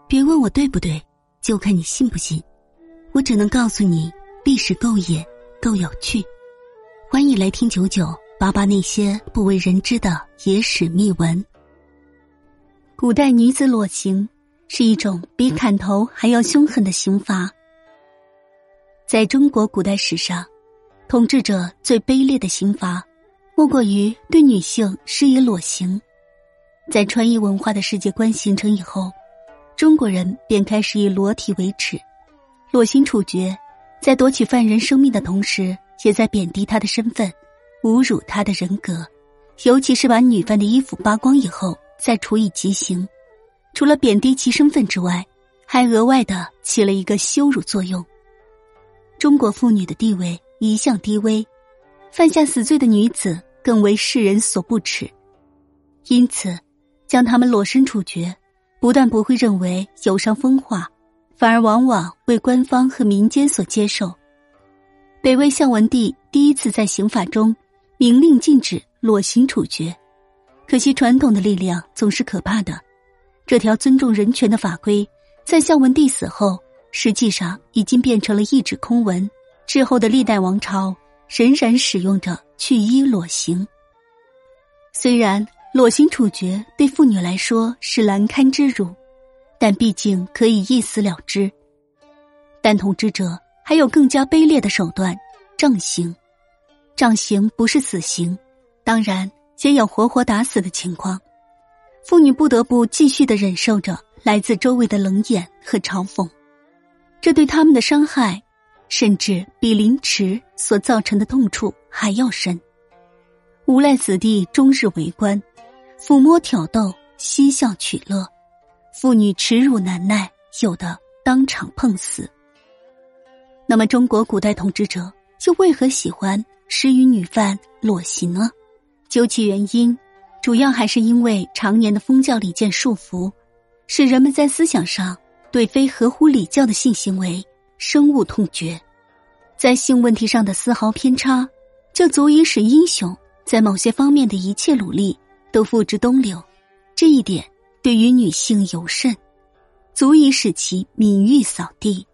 别问我对不对，就看你信不信。我只能告诉你，历史够野，够有趣。欢迎来听9988那些不为人知的野史秘闻。古代女子裸刑是一种比砍头还要凶狠的刑罚。在中国古代史上，统治者最卑劣的刑罚莫过于对女性施以裸刑。在穿衣文化的世界观形成以后，中国人便开始以裸体为耻。裸刑处决在夺取犯人生命的同时，也在贬低他的身份，侮辱他的人格，尤其是把女犯的衣服扒光以后再处以极刑，除了贬低其身份之外，还额外的起了一个羞辱作用。中国妇女的地位一向低微，犯下死罪的女子更为世人所不齿，因此将她们裸身处决，不但不会认为有伤风化，反而往往为官方和民间所接受。北魏孝文帝第一次在刑法中明令禁止裸刑处决，可惜传统的力量总是可怕的，这条尊重人权的法规在孝文帝死后实际上已经变成了一纸空文，之后的历代王朝仍然使用着去衣裸刑。虽然裸刑处决对妇女来说是难堪之辱，但毕竟可以一死了之。但统治者还有更加卑劣的手段，杖刑。杖刑不是死刑，当然也有活活打死的情况。妇女不得不继续地忍受着来自周围的冷眼和嘲讽，这对他们的伤害甚至比凌迟所造成的痛处还要深。无赖子弟终日围观，抚摸挑逗，嬉笑取乐，妇女耻辱难耐，有的当场碰死。那么中国古代统治者又为何喜欢施予女犯裸刑呢？究其原因，主要还是因为常年的封教礼谏束缚，使人们在思想上对非合乎礼教的性行为深恶痛绝。在性问题上的丝毫偏差，就足以使英雄在某些方面的一切努力都付之东流，这一点对于女性尤甚，足以使其名誉扫地。